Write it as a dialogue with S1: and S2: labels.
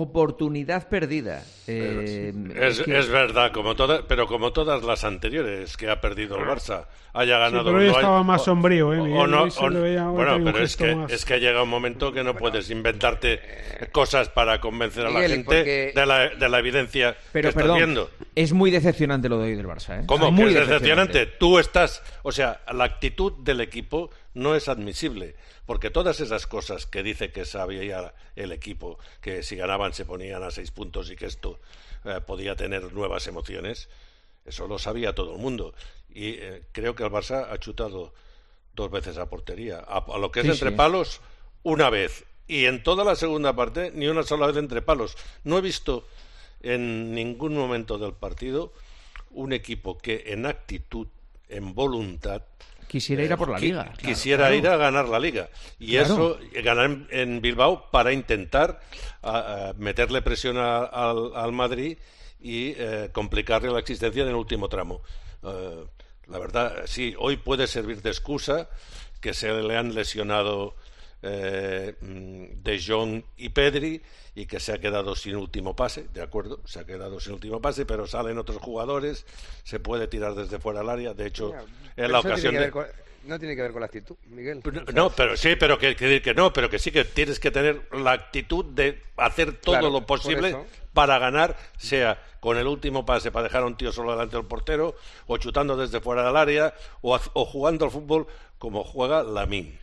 S1: oportunidad perdida.
S2: Es verdad, pero como todas las anteriores que ha perdido el Barça, haya ganado.
S3: Pero hoy estaba más sombrío, Miguel.
S2: Bueno, pero es que ha llegado un momento que no puedes inventarte cosas para convencer a la gente de la evidencia que estás viendo.
S1: Es muy decepcionante lo de hoy del Barça,
S2: ¿Cómo?
S1: Muy
S2: ¿Que es decepcionante? La actitud del equipo no es admisible, porque todas esas cosas que dice que sabía el equipo, que si ganaban se ponían a 6 puntos y que esto podía tener nuevas emociones, eso lo sabía todo el mundo. Y creo que el Barça ha chutado 2 veces a portería. A lo que es entre palos, una vez. Y en toda la segunda parte, ni una sola vez entre palos. No he visto en ningún momento del partido un equipo que en actitud, en voluntad,
S1: quisiera ir a por la Liga.
S2: Quisiera ir a ganar la Liga. Y eso, ganar en Bilbao para intentar meterle presión al Madrid y complicarle la existencia en el último tramo. La verdad, sí, hoy puede servir de excusa que se le han lesionado De Jong y Pedri y que se ha quedado sin último pase, de acuerdo, se ha quedado sin último pase, pero salen otros jugadores, se puede tirar desde fuera del área, de hecho, en la ocasión
S4: no tiene que ver con la actitud, Miguel.
S2: No, pero sí, pero que sí que tienes que tener la actitud de hacer todo lo posible para ganar, sea con el último pase para dejar a un tío solo delante del portero, o chutando desde fuera del área, o jugando al fútbol como juega Lamine.